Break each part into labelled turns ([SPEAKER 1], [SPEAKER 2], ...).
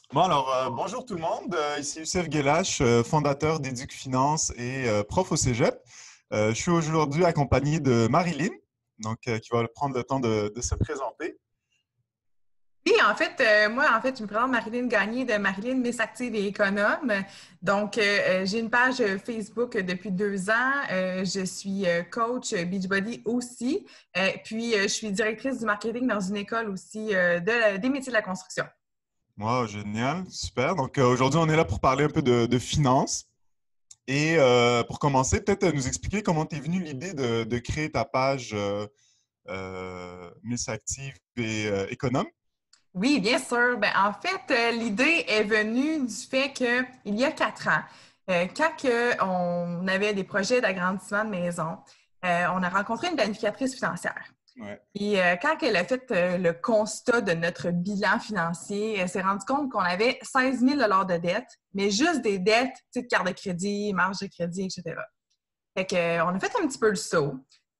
[SPEAKER 1] Bon, alors, bonjour tout le monde. Ici Youssef Guelache, fondateur d'Éduc Finance et prof au Cégep. Je suis aujourd'hui accompagné de Marilyn, qui va prendre le temps de se présenter.
[SPEAKER 2] Oui, moi, je me présente Marilyn Gagné de Marilyn Miss Active et Économe. J'ai une page Facebook depuis 2 ans. Je suis coach Beachbody aussi. Je suis directrice du marketing dans une école aussi des métiers de la construction.
[SPEAKER 1] Wow, génial, super. Donc, aujourd'hui, on est là pour parler un peu de finances. Et pour commencer, peut-être nous expliquer comment t'es venue l'idée de créer ta page Miss Active et Économe.
[SPEAKER 2] Oui, bien sûr. L'idée est venue du fait qu'il y a 4 ans, on avait des projets d'agrandissement de maison, on a rencontré une planificatrice financière.
[SPEAKER 1] Ouais.
[SPEAKER 2] Quand elle a fait le constat de notre bilan financier, elle s'est rendue compte qu'on avait 16 000 de dettes, mais juste des dettes, tu sais, de carte de crédit, marge de crédit, etc. On a fait un petit peu le saut.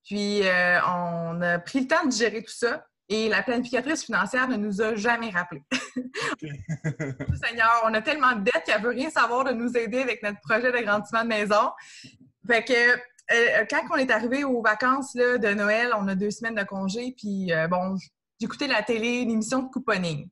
[SPEAKER 2] On a pris le temps de gérer tout ça. Et la planificatrice financière ne nous a jamais rappelé. Seigneur, on a tellement de dettes qu'elle ne veut rien savoir de nous aider avec notre projet d'agrandissement de maison. Quand on est arrivé aux vacances là, de Noël, on a 2 semaines de congé, j'écoutais la télé, l'émission de couponing.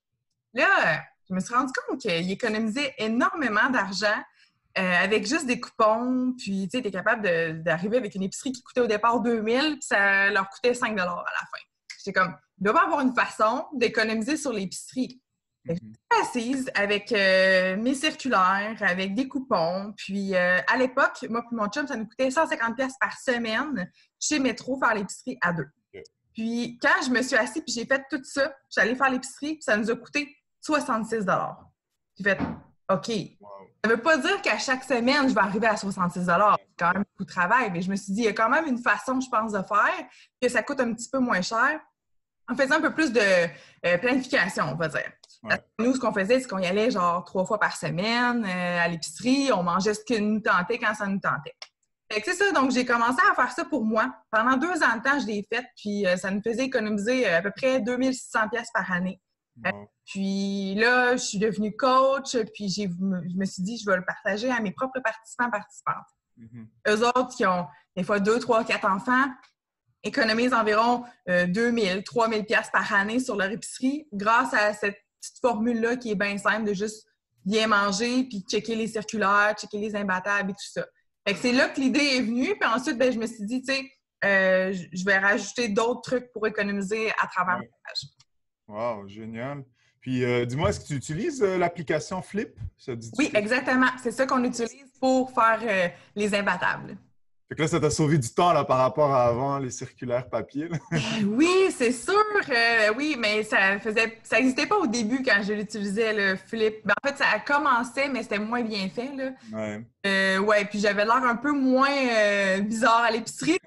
[SPEAKER 2] Là, je me suis rendu compte qu'ils économisaient énormément d'argent avec juste des coupons, puis tu sais, t'es capable d'arriver avec une épicerie qui coûtait au départ 2000, puis ça leur coûtait 5 à la fin. J'étais comme, il doit pas avoir une façon d'économiser sur l'épicerie. J'étais
[SPEAKER 1] Mhm.
[SPEAKER 2] assise avec mes circulaires, avec des coupons. À l'époque, moi et mon chum, ça nous coûtait 150 pièces par semaine chez Métro faire l'épicerie à deux.
[SPEAKER 1] Ok.
[SPEAKER 2] Puis quand je me suis assise puis j'ai fait tout ça, j'allais faire l'épicerie, puis ça nous a coûté 66 J'ai fait OK.
[SPEAKER 1] Wow.
[SPEAKER 2] Ça ne veut pas dire qu'à chaque semaine, je vais arriver à 66 C'est quand même beaucoup de travail, mais je me suis dit, il y a quand même une façon, je pense, de faire que ça coûte un petit peu moins cher en faisant un peu plus de planification, on va dire. Parce
[SPEAKER 1] Ouais.
[SPEAKER 2] que nous, ce qu'on faisait, c'est qu'on y allait genre 3 fois par semaine à l'épicerie. On mangeait ce qui nous tentait quand ça nous tentait. C'est ça, donc j'ai commencé à faire ça pour moi. Pendant 2 ans de temps, je l'ai fait, puis ça me faisait économiser à peu près 2600 pièces par année.
[SPEAKER 1] Wow.
[SPEAKER 2] Puis là, je suis devenue coach, puis je me suis dit, je vais le partager à mes propres participantes.
[SPEAKER 1] Mhm.
[SPEAKER 2] Eux autres qui ont des fois 2, 3, 4 enfants, économisent environ 2000, 3000 pièces par année sur leur épicerie grâce à cette petite formule-là qui est bien simple de juste bien manger, puis checker les circulaires, checker les imbattables et tout ça. C'est là que l'idée est venue, puis ensuite, je me suis dit, tu sais, je vais rajouter d'autres trucs pour économiser à travers ma
[SPEAKER 1] Ouais.
[SPEAKER 2] page.
[SPEAKER 1] Wow, génial. Puis, dis-moi, est-ce que tu utilises l'application Flip? Ça te dit-tu
[SPEAKER 2] Oui,
[SPEAKER 1] quelque chose?
[SPEAKER 2] exactement. C'est ça qu'on utilise pour faire les imbattables.
[SPEAKER 1] Fait que là, ça t'a sauvé du temps là, par rapport à avant, les circulaires papier, là.
[SPEAKER 2] Oui, c'est sûr. Oui, mais ça n'existait pas au début quand je l'utilisais, le flip. En fait, ça a commencé, mais c'était moins bien fait, là.
[SPEAKER 1] Ouais.
[SPEAKER 2] Ouais, puis j'avais l'air un peu moins bizarre à l'épicerie.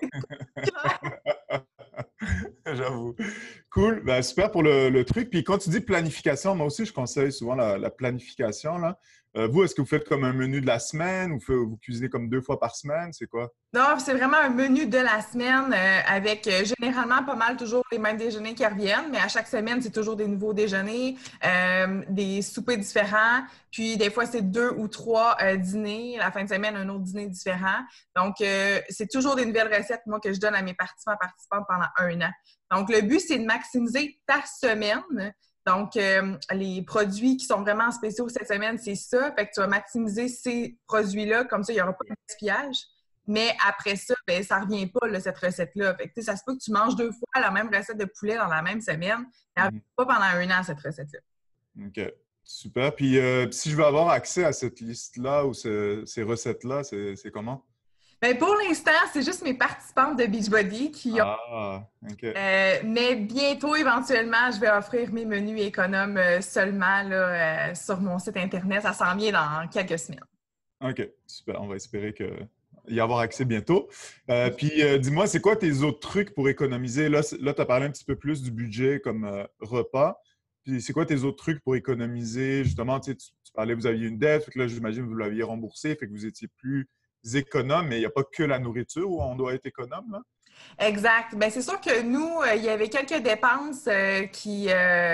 [SPEAKER 1] J'avoue. Cool. Ben, super pour le truc. Puis quand tu dis planification, moi aussi, je conseille souvent la planification, là. Vous, est-ce que vous faites comme un menu de la semaine ou vous cuisinez comme 2 fois par semaine? C'est quoi?
[SPEAKER 2] Non, c'est vraiment un menu de la semaine avec généralement pas mal toujours les mêmes déjeuners qui reviennent, mais à chaque semaine, c'est toujours des nouveaux déjeuners, des soupers différents, puis des fois, c'est 2 ou 3 dîners. La fin de semaine, un autre dîner différent. C'est toujours des nouvelles recettes, moi, que je donne à mes participantes pendant 1 an. Donc, le but, c'est de maximiser ta semaine. Les produits qui sont vraiment spéciaux cette semaine, c'est ça. Fait que tu vas maximiser ces produits-là, comme ça, il n'y aura pas de gaspillage. Mais après ça, ben, ça revient pas, là, cette recette-là. Fait que, ça se peut que tu manges 2 fois la même recette de poulet dans la même semaine. Elle ne revient
[SPEAKER 1] Mhm.
[SPEAKER 2] pas pendant 1 an, cette recette-là.
[SPEAKER 1] OK. Super. Puis si je veux avoir accès à cette liste-là ou ces recettes-là, c'est comment?
[SPEAKER 2] Ben, pour l'instant, c'est juste mes participantes de Beachbody qui ont.
[SPEAKER 1] Ah, OK.
[SPEAKER 2] Mais bientôt, éventuellement, je vais offrir mes menus économes seulement là, sur mon site Internet. Ça s'en vient dans quelques semaines.
[SPEAKER 1] OK. Super. On va espérer y avoir accès bientôt. Puis dis-moi, c'est quoi tes autres trucs pour économiser? Là, tu as parlé un petit peu plus du budget comme repas. Puis c'est quoi tes autres trucs pour économiser? Justement, tu parlais, vous aviez une dette, fait que là, j'imagine que vous l'aviez remboursée, fait que vous étiez plus économe, mais il n'y a pas que la nourriture où on doit être économe, là?
[SPEAKER 2] Exact. Ben c'est sûr que nous, il y avait quelques dépenses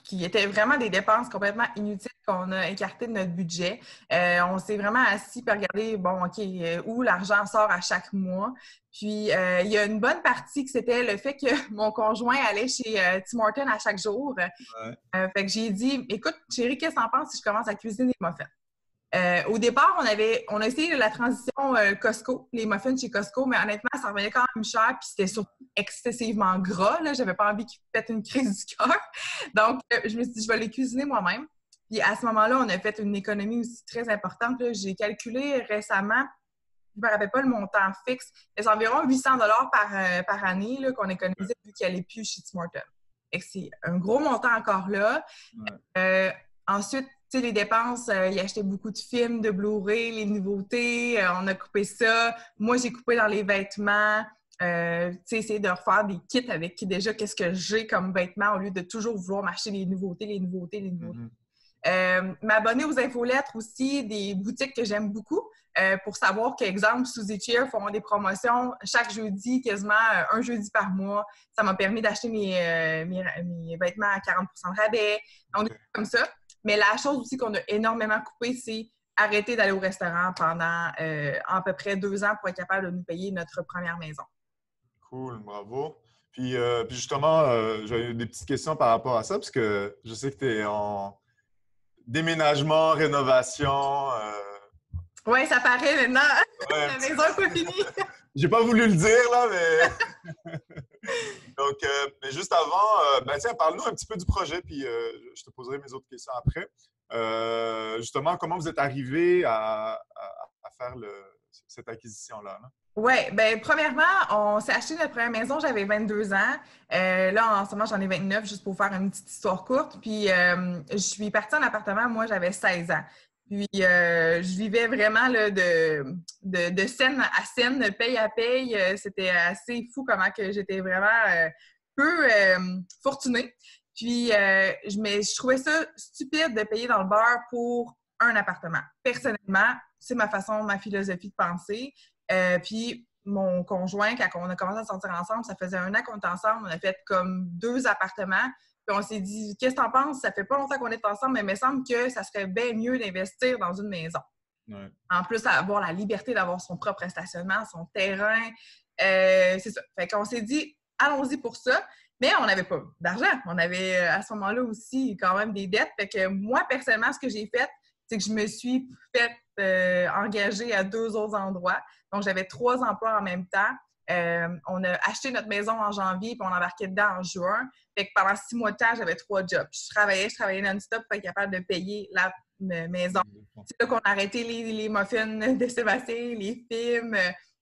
[SPEAKER 2] qui étaient vraiment des dépenses complètement inutiles qu'on a écartées de notre budget. On s'est vraiment assis pour regarder, bon, OK, où l'argent sort à chaque mois. Puis, il y a une bonne partie que c'était le fait que mon conjoint allait chez Tim Hortons à chaque jour.
[SPEAKER 1] Ouais.
[SPEAKER 2] Fait que j'ai dit, écoute, chérie, qu'est-ce que t'en penses si je commence à cuisiner des muffins? Au départ, on a essayé la transition Costco, les muffins chez Costco, mais honnêtement, ça revenait quand même cher, puis c'était surtout excessivement gras. Là, j'avais pas envie qu'ils pètent une crise du cœur. Donc, je me suis dit, je vais les cuisiner moi-même. Puis à ce moment-là, on a fait une économie aussi très importante. Là. J'ai calculé récemment, je ne me rappelle pas le montant fixe, mais c'est environ 800 par année là, qu'on économisait vu qu'il n'y allait plus chez Tim Hortons. C'est un gros montant encore là. Ouais. Ensuite, tu sais, les dépenses, il achetait beaucoup de films, de Blu-ray, les nouveautés, on a coupé ça. Moi, j'ai coupé dans les vêtements. Tu sais, essayer de refaire des kits avec déjà qu'est-ce que j'ai comme vêtements au lieu de toujours vouloir m'acheter les nouveautés. M'abonner aux infolettres aussi, des boutiques que j'aime beaucoup pour savoir qu'exemple, Suzy Cheer font des promotions chaque jeudi, quasiment un jeudi par mois. Ça m'a permis d'acheter mes vêtements à 40 de rabais. Donc, comme ça. Mais la chose aussi qu'on a énormément coupé, c'est arrêter d'aller au restaurant pendant à peu près 2 ans pour être capable de nous payer notre première maison.
[SPEAKER 1] Cool, bravo. Puis justement, j'avais des petites questions par rapport à ça, parce que je sais que tu es en déménagement, rénovation.
[SPEAKER 2] Oui, ça paraît maintenant.
[SPEAKER 1] Ouais,
[SPEAKER 2] la maison n'est pas finie.
[SPEAKER 1] J'ai pas voulu le dire, là, mais... Donc, mais juste avant, ben tiens, parle-nous un petit peu du projet, puis je te poserai mes autres questions après. Justement, comment vous êtes arrivé à faire cette acquisition-là? Là?
[SPEAKER 2] Oui, bien, premièrement, on s'est acheté notre première maison, j'avais 22 ans. Là, en ce moment, j'en ai 29, juste pour faire une petite histoire courte. Puis, je suis partie en appartement, moi, j'avais 16 ans. Puis, je vivais vraiment là, de scène à scène, de paye à paye. C'était assez fou comment que j'étais vraiment peu fortunée. Puis, je trouvais ça stupide de payer dans le beurre pour un appartement. Personnellement, c'est ma philosophie de pensée. Puis, mon conjoint, quand on a commencé à sortir ensemble, ça faisait 1 an qu'on était ensemble, on a fait comme 2 appartements. Puis on s'est dit, qu'est-ce que t'en penses? Ça fait pas longtemps qu'on est ensemble, mais il me semble que ça serait bien mieux d'investir dans une maison. Ouais. En plus, avoir la liberté d'avoir son propre stationnement, son terrain. C'est ça. Fait qu'on s'est dit, allons-y pour ça. Mais on n'avait pas d'argent. On avait à ce moment-là aussi quand même des dettes. Fait que moi, personnellement, ce que j'ai fait, c'est que je me suis fait engager à 2 autres endroits. Donc, j'avais 3 emplois en même temps. On a acheté notre maison en janvier, puis on embarquait dedans en juin. Fait que pendant 6 mois de temps, j'avais 3 jobs. Je travaillais non-stop pour être capable de payer la maison. C'est là qu'on a arrêté les muffins de Sébastien, les films.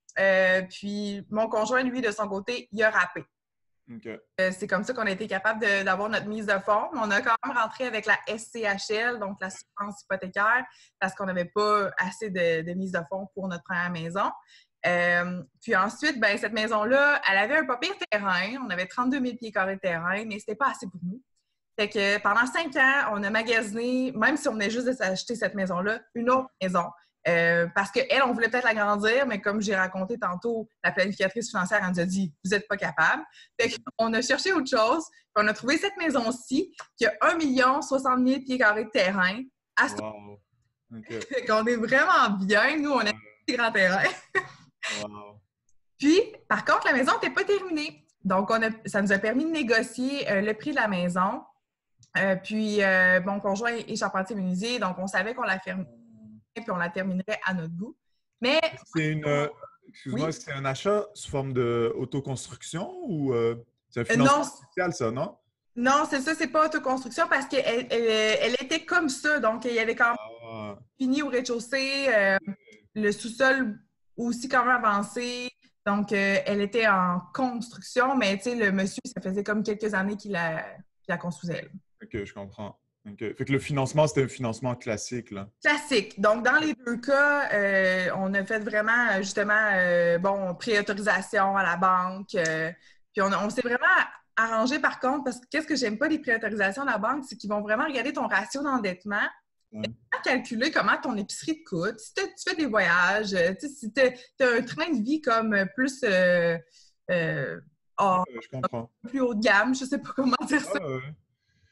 [SPEAKER 2] Puis mon conjoint, lui, de son côté, il a rappé. Okay. C'est comme ça qu'on a été capable d'avoir notre mise de fonds. On a quand même rentré avec la SCHL, donc l'assurance hypothécaire, parce qu'on n'avait pas assez de mise de fonds pour notre première maison. Puis ensuite, ben, cette maison-là, elle avait un pas pire terrain. On avait 32 000 pieds carrés de terrain, mais c'était pas assez pour nous. Fait que pendant 5 ans, on a magasiné, même si on venait juste de s'acheter cette maison-là, une autre maison. Parce qu'elle, on voulait peut-être l'agrandir, mais comme j'ai raconté tantôt, la planificatrice financière, elle nous a dit « Vous n'êtes pas capable ». Fait qu'on a cherché autre chose, puis on a trouvé cette maison-ci qui a 1 060 000 pieds carrés de terrain. Wow. Okay. Fait qu'on est vraiment bien. Nous, on a des grands terrains. Wow. Puis, par contre, la maison n'était pas terminée. Donc, ça nous a permis de négocier le prix de la maison. Puis, mon conjoint est charpentier menuisier, donc on savait qu'on la fermait puis on la terminerait à notre goût. Mais
[SPEAKER 1] c'est excuse-moi, oui? C'est un achat sous forme d'autoconstruction ou c'est un financement spécial, ça, non?
[SPEAKER 2] Non, c'est ça, c'est pas autoconstruction parce qu'elle elle était comme ça. Donc, il y avait quand même fini au rez-de-chaussée, le sous-sol aussi quand même avancé. Donc, elle était en construction, mais tu sais, le monsieur, ça faisait comme quelques années qu'il la construisait. Là.
[SPEAKER 1] OK, je comprends. Okay. Fait que le financement, c'était un financement classique, là.
[SPEAKER 2] Classique. Donc, dans les 2 cas, on a fait vraiment, justement, préautorisation à la banque. Puis, on s'est vraiment arrangé, par contre, parce que qu'est-ce que j'aime pas des préautorisations à la banque, c'est qu'ils vont vraiment regarder ton ratio d'endettement, calculer comment ton épicerie te coûte. Si tu fais des voyages, si tu as un train de vie comme plus...
[SPEAKER 1] je comprends.
[SPEAKER 2] Plus haut de gamme, je sais pas comment dire ça.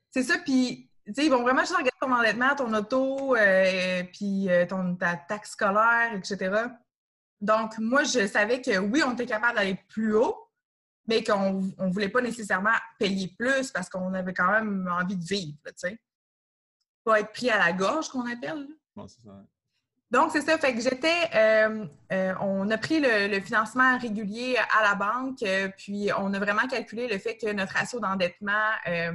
[SPEAKER 2] C'est ça, puis tu sais, ils vont vraiment juste regarder ton endettement, ton auto, puis ta taxe scolaire, etc. Donc, moi, je savais que oui, on était capable d'aller plus haut, mais qu'on ne voulait pas nécessairement payer plus parce qu'on avait quand même envie de vivre, tu sais. Pas être pris à la gorge, qu'on appelle.
[SPEAKER 1] Bon, c'est ça.
[SPEAKER 2] Donc, c'est ça. Fait que on a pris le financement régulier à la banque, puis on a vraiment calculé le fait que notre ratio d'endettement,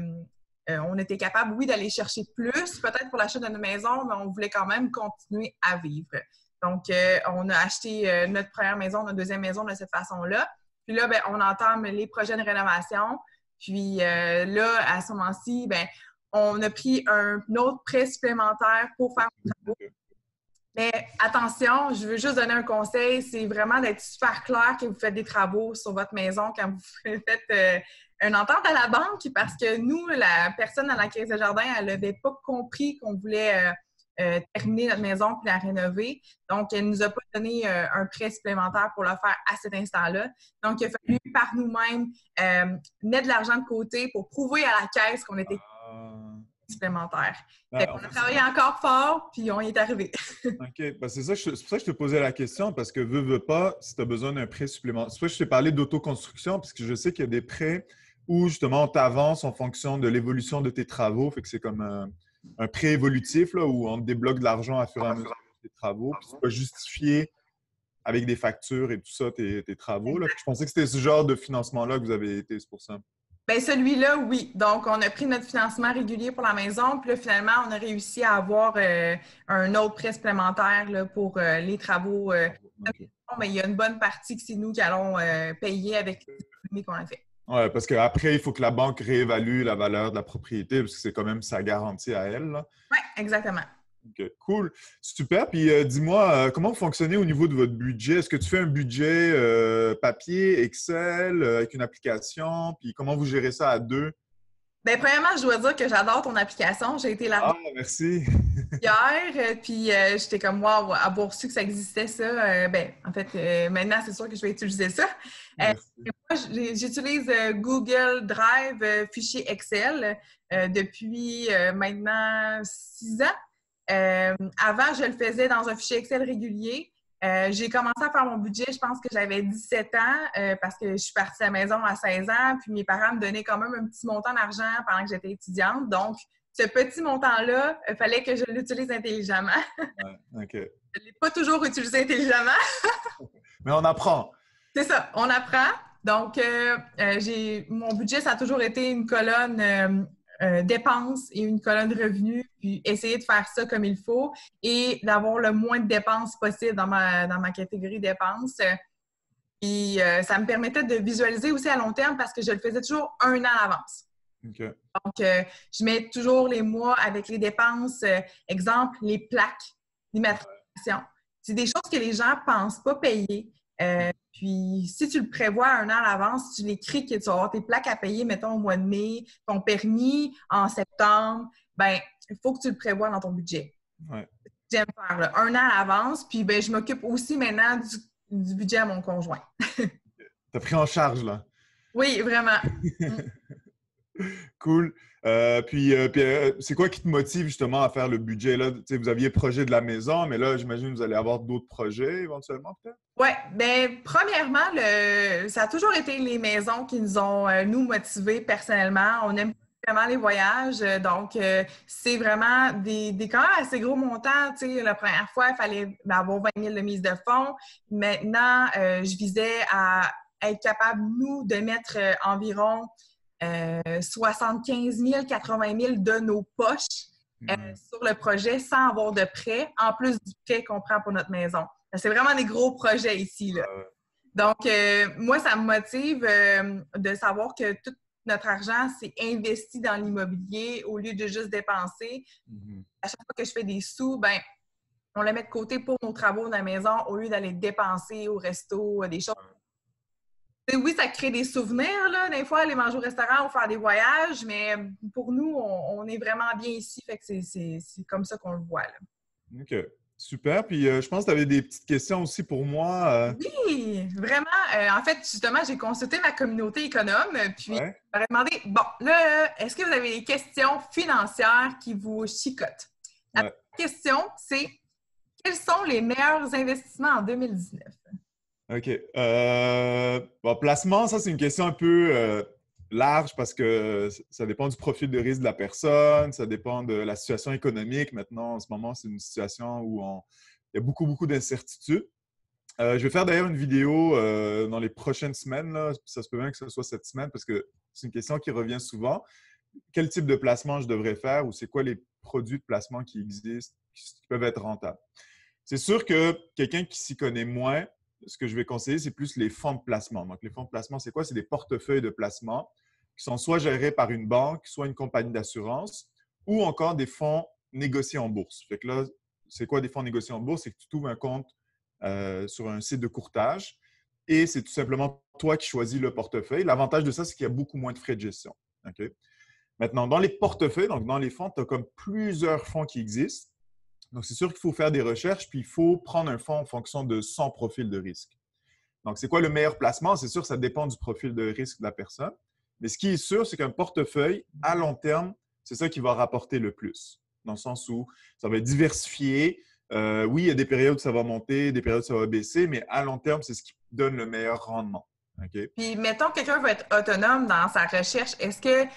[SPEAKER 2] on était capable, oui, d'aller chercher plus, peut-être pour l'achat d'une maison, mais on voulait quand même continuer à vivre. Donc, on a acheté notre première maison, notre deuxième maison de cette façon-là. Puis là, ben, on entame les projets de rénovation. Puis là, à ce moment-ci, ben, on a pris un autre prêt supplémentaire pour faire les travaux. Mais attention, je veux juste donner un conseil, c'est vraiment d'être super clair que vous faites des travaux sur votre maison quand vous faites une entente à la banque, parce que nous, la personne à la Caisse de Jardin, elle n'avait pas compris qu'on voulait terminer notre maison puis la rénover. Donc, elle ne nous a pas donné un prêt supplémentaire pour le faire à cet instant-là. Donc, il a fallu par nous-mêmes mettre de l'argent de côté pour prouver à la caisse qu'on était supplémentaire. On a travaillé encore fort, puis on y est arrivé.
[SPEAKER 1] OK. Ben, c'est pour ça que je te posais la question, parce que veux pas, si tu as besoin d'un prêt supplémentaire. C'est pour ça que je t'ai parlé d'autoconstruction, parce que je sais qu'il y a des prêts où justement on t'avance en fonction de l'évolution de tes travaux. Fait que c'est comme un prêt évolutif là, où on te débloque de l'argent à fur et à mesure de tes travaux. Puis tu peux justifier avec des factures et tout ça tes travaux. Là. Je pensais que c'était ce genre de financement-là que vous avez été, c'est pour ça.
[SPEAKER 2] Bien, celui-là, oui. Donc, on a pris notre financement régulier pour la maison, puis là, finalement, on a réussi à avoir un autre prêt supplémentaire là, pour les travaux.
[SPEAKER 1] Okay.
[SPEAKER 2] Mais il y a une bonne partie que c'est nous qui allons payer avec les économies qu'on a fait.
[SPEAKER 1] Oui, parce qu'après, il faut que la banque réévalue la valeur de la propriété, parce que c'est quand même sa garantie à elle.
[SPEAKER 2] Oui, exactement.
[SPEAKER 1] OK, cool. Super. Puis dis-moi, comment vous fonctionnez au niveau de votre budget? Est-ce que tu fais un budget papier, Excel, avec une application? Puis comment vous gérez ça à deux?
[SPEAKER 2] Bien, premièrement, je dois dire que j'adore ton application. J'ai été là
[SPEAKER 1] merci.
[SPEAKER 2] hier, puis j'étais comme, wow, avoir su que ça existait, ça. En fait, maintenant, c'est sûr que je vais utiliser ça. Moi, j'utilise Google Drive, fichier Excel, depuis maintenant 6 ans. Avant, je le faisais dans un fichier Excel régulier. J'ai commencé à faire mon budget, je pense que j'avais 17 ans parce que je suis partie de la maison à 16 ans, puis mes parents me donnaient quand même un petit montant d'argent pendant que j'étais étudiante. Donc, ce petit montant-là, il fallait que je l'utilise intelligemment.
[SPEAKER 1] Ouais, OK.
[SPEAKER 2] Je ne l'ai pas toujours utilisé intelligemment.
[SPEAKER 1] Mais on apprend.
[SPEAKER 2] C'est ça, on apprend. Donc, mon budget, ça a toujours été une colonne dépenses et une colonne revenus, puis essayer de faire ça comme il faut et d'avoir le moins de dépenses possible dans ma catégorie dépenses. Puis ça me permettait de visualiser aussi à long terme parce que je le faisais toujours 1 an à l'avance.
[SPEAKER 1] Okay.
[SPEAKER 2] Donc, je mets toujours les mois avec les dépenses. Exemple, les plaques d'immatriculation. C'est des choses que les gens ne pensent pas payer. Puis, si tu le prévois 1 an à l'avance, tu l'écris que tu vas avoir tes plaques à payer, mettons, au mois de mai, ton permis en septembre, bien, il faut que tu le prévois dans ton budget.
[SPEAKER 1] Ouais.
[SPEAKER 2] J'aime faire là, 1 an à l'avance. Puis, ben, je m'occupe aussi maintenant du budget à mon conjoint.
[SPEAKER 1] T'as pris en charge, là.
[SPEAKER 2] Oui, vraiment.
[SPEAKER 1] Cool. Puis c'est quoi qui te motive justement à faire le budget? Là? Vous aviez projet de la maison, mais là, j'imagine que vous allez avoir d'autres projets éventuellement, peut-être?
[SPEAKER 2] Oui, bien, premièrement, ça a toujours été les maisons qui nous ont, nous, motivés personnellement. On aime vraiment les voyages, donc c'est vraiment des quand même assez gros montants. Tu sais, la première fois, il fallait avoir 20 000 de mise de fonds. Maintenant, je visais à être capable, nous, de mettre environ 75 000, 80 000 de nos poches sur le projet sans avoir de prêt, en plus du prêt qu'on prend pour notre maison. C'est vraiment des gros projets ici, là. Donc, moi, ça me motive de savoir que tout notre argent, c'est investi dans l'immobilier au lieu de juste dépenser. À chaque fois que je fais des sous, ben, on le met de côté pour nos travaux dans la maison au lieu d'aller dépenser au resto, des choses. Oui, ça crée des souvenirs, là. Des fois, aller manger au restaurant ou faire des voyages, mais pour nous, on est vraiment bien ici. Fait que c'est comme ça qu'on le voit, là.
[SPEAKER 1] OK. Super. Puis je pense que tu avais des petites questions aussi pour moi.
[SPEAKER 2] Oui, vraiment. En fait, justement, j'ai consulté ma communauté économe, puis
[SPEAKER 1] Ouais.
[SPEAKER 2] j'aurais demandé, bon, là, est-ce que vous avez des questions financières qui vous chicotent? La
[SPEAKER 1] Ouais.
[SPEAKER 2] première question, c'est quels sont les meilleurs investissements en 2019?
[SPEAKER 1] OK. Bon, placement, ça, c'est une question un peu large parce que ça dépend du profil de risque de la personne, ça dépend de la situation économique. Maintenant, en ce moment, c'est une situation où il y a beaucoup, beaucoup d'incertitudes. Je vais faire d'ailleurs une vidéo dans les prochaines semaines. Là. Ça se peut bien que ce soit cette semaine parce que c'est une question qui revient souvent. Quel type de placement je devrais faire ou c'est quoi les produits de placement qui existent, qui peuvent être rentables? C'est sûr que quelqu'un qui s'y connaît moins, ce que je vais conseiller, c'est plus les fonds de placement. Donc, les fonds de placement, c'est quoi? C'est des portefeuilles de placement qui sont soit gérés par une banque, soit une compagnie d'assurance, ou encore des fonds négociés en bourse. Fait que là, c'est quoi des fonds négociés en bourse? C'est que tu ouvres un compte sur un site de courtage et c'est tout simplement toi qui choisis le portefeuille. L'avantage de ça, c'est qu'il y a beaucoup moins de frais de gestion. OK? Maintenant, dans les portefeuilles, donc dans les fonds, tu as comme plusieurs fonds qui existent. Donc, c'est sûr qu'il faut faire des recherches, puis il faut prendre un fonds en fonction de son profil de risque. Donc, c'est quoi le meilleur placement? C'est sûr, ça dépend du profil de risque de la personne. Mais ce qui est sûr, c'est qu'un portefeuille, à long terme, c'est ça qui va rapporter le plus. Dans le sens où ça va être diversifié. Oui, il y a des périodes où ça va monter, des périodes où ça va baisser, mais à long terme, c'est ce qui donne le meilleur rendement. OK?
[SPEAKER 2] Puis, mettons que quelqu'un veut être autonome dans sa recherche, est-ce que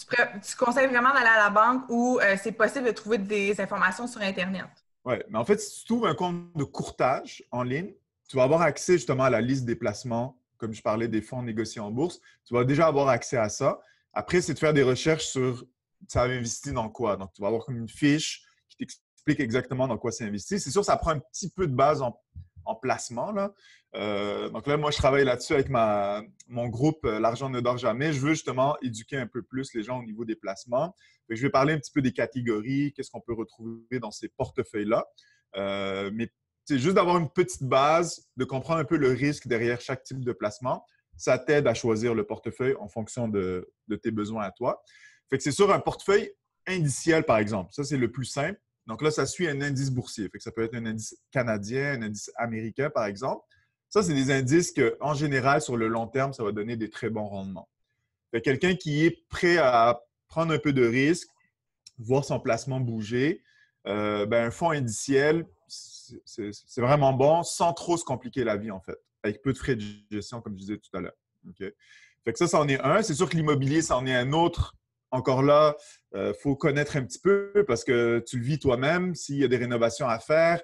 [SPEAKER 2] tu conseilles vraiment d'aller à la banque ou c'est possible de trouver des informations sur Internet?
[SPEAKER 1] Oui, mais en fait, si tu ouvres un compte de courtage en ligne, tu vas avoir accès justement à la liste des placements, comme je parlais des fonds négociés en bourse. Tu vas déjà avoir accès à ça. Après, c'est de faire des recherches sur ça a investi dans quoi. Donc, tu vas avoir comme une fiche qui t'explique exactement dans quoi c'est investi. C'est sûr, ça prend un petit peu de base en placement. Là. Donc là, moi, je travaille là-dessus avec mon groupe L'argent ne dort jamais. Je veux justement éduquer un peu plus les gens au niveau des placements. Je vais parler un petit peu des catégories, qu'est-ce qu'on peut retrouver dans ces portefeuilles-là. Mais c'est juste d'avoir une petite base, de comprendre un peu le risque derrière chaque type de placement. Ça t'aide à choisir le portefeuille en fonction de tes besoins à toi. Fait que c'est sur un portefeuille indiciel, par exemple. Ça, c'est le plus simple. Donc là, ça suit un indice boursier. Fait que ça peut être un indice canadien, un indice américain, par exemple. Ça, c'est des indices qu'en général, sur le long terme, ça va donner des très bons rendements. Fait que quelqu'un qui est prêt à prendre un peu de risque, voir son placement bouger, un fonds indiciel, c'est vraiment bon sans trop se compliquer la vie, en fait, avec peu de frais de gestion, comme je disais tout à l'heure. Okay? Fait que ça en est un. C'est sûr que l'immobilier, ça en est un autre. Encore là, il faut connaître un petit peu parce que tu le vis toi-même. S'il y a des rénovations à faire,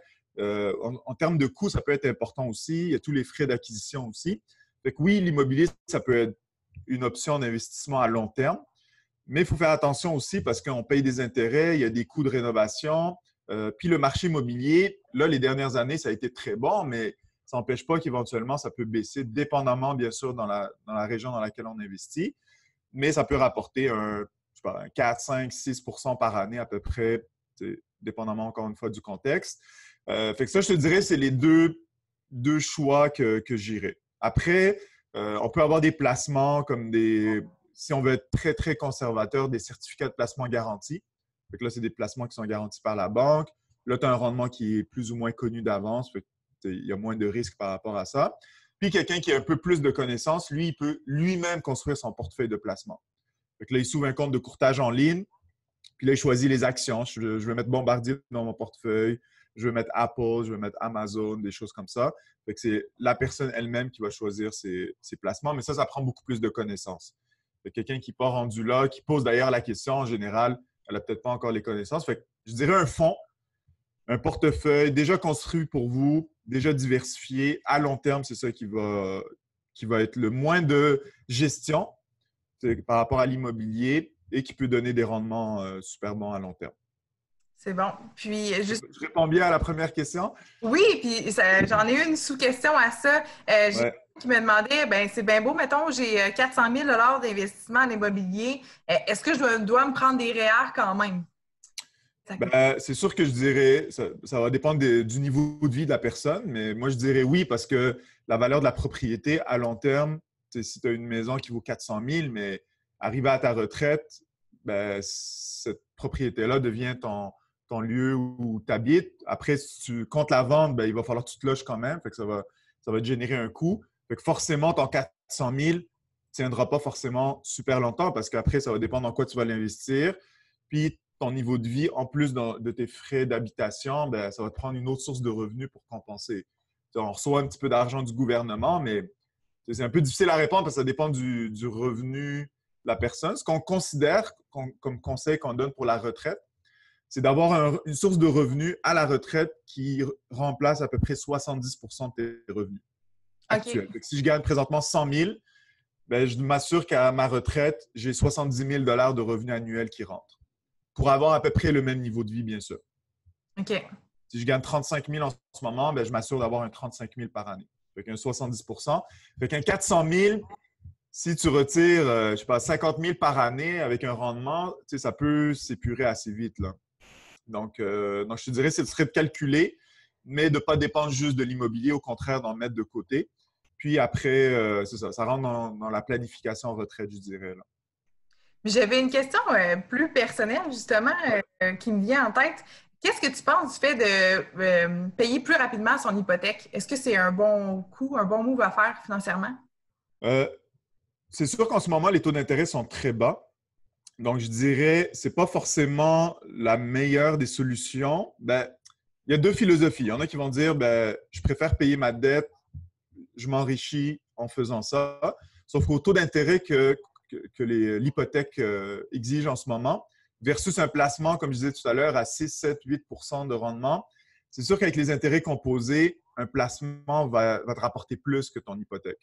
[SPEAKER 1] en termes de coûts, ça peut être important aussi. Il y a tous les frais d'acquisition aussi. Fait que oui, l'immobilier, ça peut être une option d'investissement à long terme. Mais il faut faire attention aussi parce qu'on paye des intérêts, il y a des coûts de rénovation. Puis le marché immobilier, là, les dernières années, ça a été très bon, mais ça n'empêche pas qu'éventuellement, ça peut baisser, dépendamment, bien sûr, dans la région dans laquelle on investit. Mais ça peut rapporter un 4, 5, 6 par année à peu près, dépendamment encore une fois du contexte. Fait que ça, je te dirais, c'est les deux choix que j'irais. Après, on peut avoir des placements comme si on veut être très, très conservateur, des certificats de placement garantis. Fait que là, c'est des placements qui sont garantis par la banque. Là, tu as un rendement qui est plus ou moins connu d'avance. Il y a moins de risques par rapport à ça. Puis, quelqu'un qui a un peu plus de connaissances, lui, il peut lui-même construire son portefeuille de placement. Fait que là, il s'ouvre un compte de courtage en ligne. Puis là, il choisit les actions. Je veux mettre Bombardier dans mon portefeuille. Je veux mettre Apple, je veux mettre Amazon, des choses comme ça. Fait que c'est la personne elle-même qui va choisir ses placements. Mais ça prend beaucoup plus de connaissances. Quelqu'un qui n'est pas rendu là, qui pose d'ailleurs la question, en général, elle n'a peut-être pas encore les connaissances. Fait que je dirais un fonds, un portefeuille déjà construit pour vous, déjà diversifié. À long terme, c'est ça qui va être le moins de gestion par rapport à l'immobilier et qui peut donner des rendements super bons à long terme.
[SPEAKER 2] C'est bon. Puis, juste.
[SPEAKER 1] Je réponds bien à la première question?
[SPEAKER 2] Oui, puis j'en ai une sous-question à ça. J'ai
[SPEAKER 1] Ouais.
[SPEAKER 2] qui me demandait, ben c'est bien beau, mettons, j'ai 400 000 d'investissement en immobilier. Est-ce que je dois me prendre des REER quand même?
[SPEAKER 1] C'est sûr que je dirais, ça va dépendre du niveau de vie de la personne, mais moi je dirais oui parce que la valeur de la propriété à long terme, si tu as une maison qui vaut 400 000, mais arrivé à ta retraite, cette propriété-là devient ton lieu où tu habites. Après, si tu comptes la vente, ben, il va falloir que tu te loges quand même. Fait que ça va te générer un coût. Fait que forcément, ton 400 000 ne tiendra pas forcément super longtemps parce qu'après, ça va dépendre en quoi tu vas l'investir. Puis, ton niveau de vie, en plus de tes frais d'habitation, ben, ça va te prendre une autre source de revenus pour compenser. On reçoit un petit peu d'argent du gouvernement, mais c'est un peu difficile à répondre parce que ça dépend du revenu de la personne. Ce qu'on considère comme conseil qu'on donne pour la retraite, c'est d'avoir une source de revenus à la retraite qui remplace à peu près 70% de tes revenus actuels.
[SPEAKER 2] OK.
[SPEAKER 1] Si je gagne présentement 100 000, ben, je m'assure qu'à ma retraite, j'ai 70 000 de revenus annuels qui rentrent pour avoir à peu près le même niveau de vie, bien sûr.
[SPEAKER 2] OK.
[SPEAKER 1] Si je gagne 35 000 en ce moment, ben, je m'assure d'avoir un 35 000 par année. Fait qu'un 70%. Fait qu'un 400 000, si tu retires, je sais pas, 50 000 par année avec un rendement, tu sais, ça peut s'épurer assez vite, là. Donc, je te dirais, ce serait de calculer, mais de ne pas dépendre juste de l'immobilier, au contraire, d'en mettre de côté. Puis après, c'est ça, ça rentre dans la planification en retraite, je dirais, là.
[SPEAKER 2] J'avais une question plus personnelle, justement,
[SPEAKER 1] Ouais.
[SPEAKER 2] qui me vient en tête. Qu'est-ce que tu penses du fait de payer plus rapidement son hypothèque? Est-ce que c'est un bon coup, un bon move à faire financièrement?
[SPEAKER 1] Euh, c'est sûr qu'en ce moment, les taux d'intérêt sont très bas. Donc, je dirais, c'est pas forcément la meilleure des solutions. Ben, il y a deux philosophies. Il y en a qui vont dire, ben, je préfère payer ma dette, je m'enrichis en faisant ça. Sauf qu'au taux d'intérêt que l'hypothèque exige en ce moment, versus un placement, comme je disais tout à l'heure, à 6, 7, 8 de rendement, c'est sûr qu'avec les intérêts composés, un placement va te rapporter plus que ton hypothèque.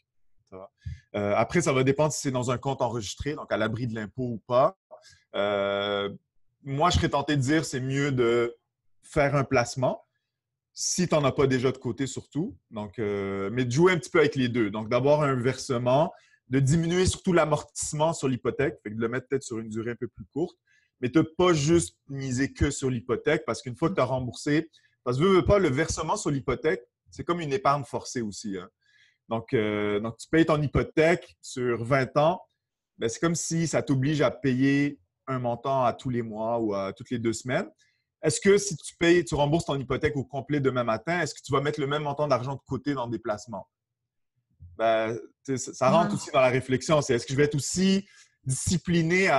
[SPEAKER 1] Après, ça va dépendre si c'est dans un compte enregistré, donc à l'abri de l'impôt ou pas. Euh, Moi, je serais tenté de dire c'est mieux de faire un placement si tu n'en as pas déjà de côté surtout. Donc, mais de jouer un petit peu avec les deux. Donc, d'avoir un versement, de diminuer surtout l'amortissement sur l'hypothèque, fait que de le mettre peut-être sur une durée un peu plus courte, mais de ne pas juste miser que sur l'hypothèque parce qu'une fois que tu as remboursé, parce que veux pas, le versement sur l'hypothèque, c'est comme une épargne forcée aussi, hein. Donc, tu payes ton hypothèque sur 20 ans, ben, c'est comme si ça t'oblige à payer un montant à tous les mois ou à toutes les 2 semaines. Est-ce que si tu rembourses ton hypothèque au complet demain matin, est-ce que tu vas mettre le même montant d'argent de côté dans des placements? Ben, ça rentre
[SPEAKER 2] Mhm.
[SPEAKER 1] aussi dans la réflexion. C'est est-ce que je vais être aussi discipliné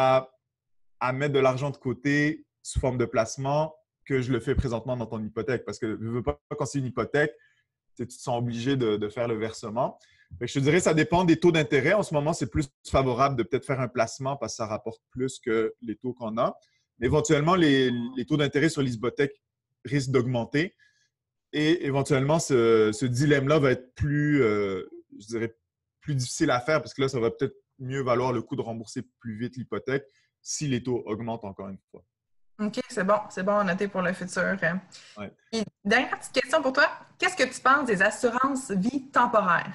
[SPEAKER 1] à mettre de l'argent de côté sous forme de placement que je le fais présentement dans ton hypothèque? Parce que je ne veux pas, quand c'est une hypothèque, tu te sens obligé de faire le versement. Fait que je te dirais, ça dépend des taux d'intérêt. En ce moment, c'est plus favorable de peut-être faire un placement parce que ça rapporte plus que les taux qu'on a. Mais éventuellement, les taux d'intérêt sur les hypothèques risquent d'augmenter. Et éventuellement, ce dilemme-là va être plus, je dirais, plus difficile à faire parce que là, ça va peut-être mieux valoir le coup de rembourser plus vite l'hypothèque si les taux augmentent encore une fois.
[SPEAKER 2] OK, c'est bon à noter pour le futur.
[SPEAKER 1] Ouais.
[SPEAKER 2] Et dernière petite question pour toi. Qu'est-ce que tu penses des assurances vie temporaires?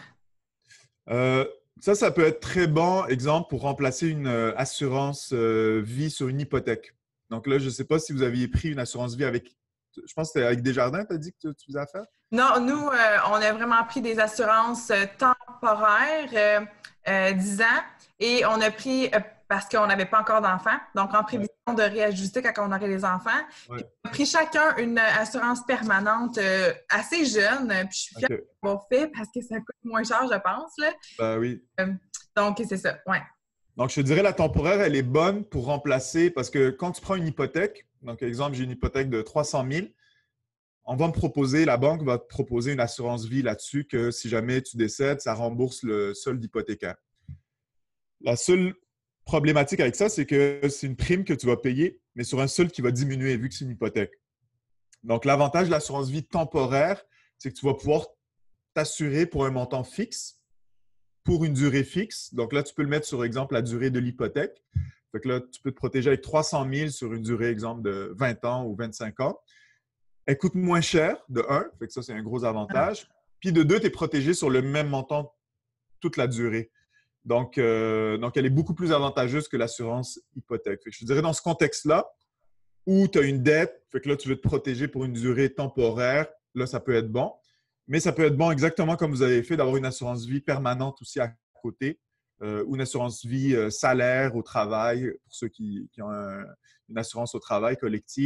[SPEAKER 1] Euh, Ça peut être très bon exemple pour remplacer une assurance vie sur une hypothèque. Donc là, je ne sais pas si vous aviez pris une assurance vie avec, je pense que c'était avec Desjardins, tu as dit que tu faisais affaire?
[SPEAKER 2] Non, nous, on a vraiment pris des assurances temporaires, 10 ans, et on a pris, parce qu'on n'avait pas encore d'enfants, donc en
[SPEAKER 1] Ouais.
[SPEAKER 2] prévision de réajuster quand on aurait des enfants. Puis
[SPEAKER 1] Ouais.
[SPEAKER 2] on a pris chacun une assurance permanente assez jeune, puis je suis fière
[SPEAKER 1] OK.
[SPEAKER 2] d'avoir fait parce que ça coûte moins cher, je pense, là.
[SPEAKER 1] Ben oui.
[SPEAKER 2] Euh, donc, c'est ça, ouais.
[SPEAKER 1] Donc, je te dirais, la temporaire, elle est bonne pour remplacer parce que quand tu prends une hypothèque, donc, exemple, j'ai une hypothèque de 300 000, la banque va te proposer une assurance vie là-dessus que si jamais tu décèdes, ça rembourse le solde hypothécaire. La seule problématique avec ça, c'est que c'est une prime que tu vas payer, mais sur un solde qui va diminuer vu que c'est une hypothèque. Donc, l'avantage de l'assurance vie temporaire, c'est que tu vas pouvoir t'assurer pour un montant fixe, pour une durée fixe. Donc là, tu peux le mettre sur, exemple, la durée de l'hypothèque. Fait que là, tu peux te protéger avec 300 000 sur une durée, exemple, de 20 ans ou 25 ans. Elle coûte moins cher, de un, fait que ça, c'est un gros avantage. Puis de deux, tu es protégé sur le même montant toute la durée. Donc, elle est beaucoup plus avantageuse que l'assurance hypothèque. Fait que je te dirais, dans ce contexte-là, où tu as une dette, fait que là, tu veux te protéger pour une durée temporaire, là, ça peut être bon. Mais ça peut être bon exactement comme vous avez fait, d'avoir une assurance vie permanente aussi à côté, ou une assurance vie salaire au travail, pour ceux qui ont une assurance au travail collective.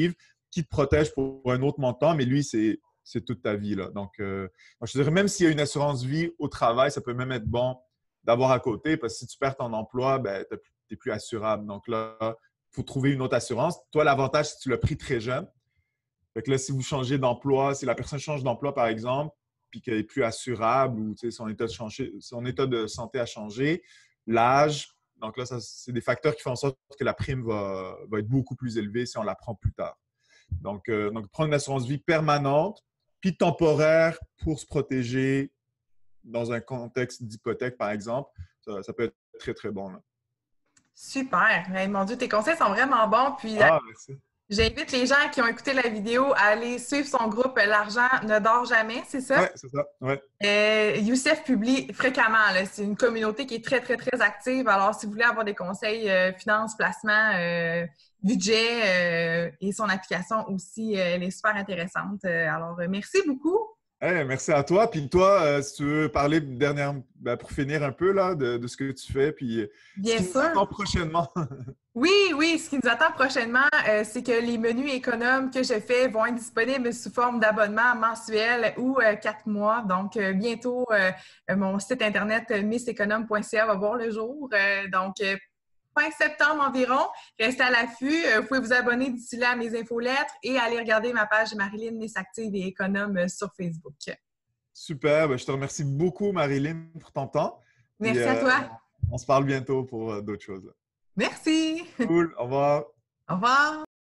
[SPEAKER 1] qui te protège pour un autre montant, mais lui, c'est toute ta vie, là. Donc, moi, je te dirais, même s'il y a une assurance vie au travail, ça peut même être bon d'avoir à côté parce que si tu perds ton emploi, ben, tu n'es plus assurable. Donc là, il faut trouver une autre assurance. Toi, l'avantage, c'est que tu l'as pris très jeune. Fait que là, si vous changez d'emploi, si la personne change d'emploi, par exemple, puis qu'elle n'est plus assurable ou son état de santé a changé, l'âge, donc là, c'est des facteurs qui font en sorte que la prime va être beaucoup plus élevée si on la prend plus tard. Donc prendre une assurance vie permanente, puis temporaire pour se protéger dans un contexte d'hypothèque, par exemple, ça peut être très, très bon, là.
[SPEAKER 2] Super! Hey, mon Dieu, tes conseils sont vraiment bons. Puis
[SPEAKER 1] Ah, merci.
[SPEAKER 2] j'invite les gens qui ont écouté la vidéo à aller suivre son groupe L'argent ne dort jamais, c'est ça?
[SPEAKER 1] Oui, c'est ça. Ouais.
[SPEAKER 2] Youssef publie fréquemment. C'est une communauté qui est très, très, très active. Alors, si vous voulez avoir des conseils finances, placement, budget et son application aussi, elle est super intéressante. Alors, merci beaucoup.
[SPEAKER 1] Hey, merci à toi. Puis toi, si tu veux parler pour finir un peu là, de ce que tu fais, puis ce
[SPEAKER 2] Bien
[SPEAKER 1] qui nous
[SPEAKER 2] sûr.
[SPEAKER 1] attend prochainement.
[SPEAKER 2] Oui, oui, ce qui nous attend prochainement, c'est que les menus économes que je fais vont être disponibles sous forme d'abonnement mensuel ou 4 mois. Donc, bientôt, mon site internet misséconome.ca va voir le jour. Fin septembre environ, restez à l'affût. Vous pouvez vous abonner d'ici là à mes infolettres et aller regarder ma page Marilyn Miss Active et Économe sur Facebook.
[SPEAKER 1] Super. Ben, je te remercie beaucoup, Marilyn, pour ton temps. Puis,
[SPEAKER 2] Merci à toi.
[SPEAKER 1] on se parle bientôt pour d'autres choses.
[SPEAKER 2] Merci.
[SPEAKER 1] Cool. Au revoir.
[SPEAKER 2] Au revoir.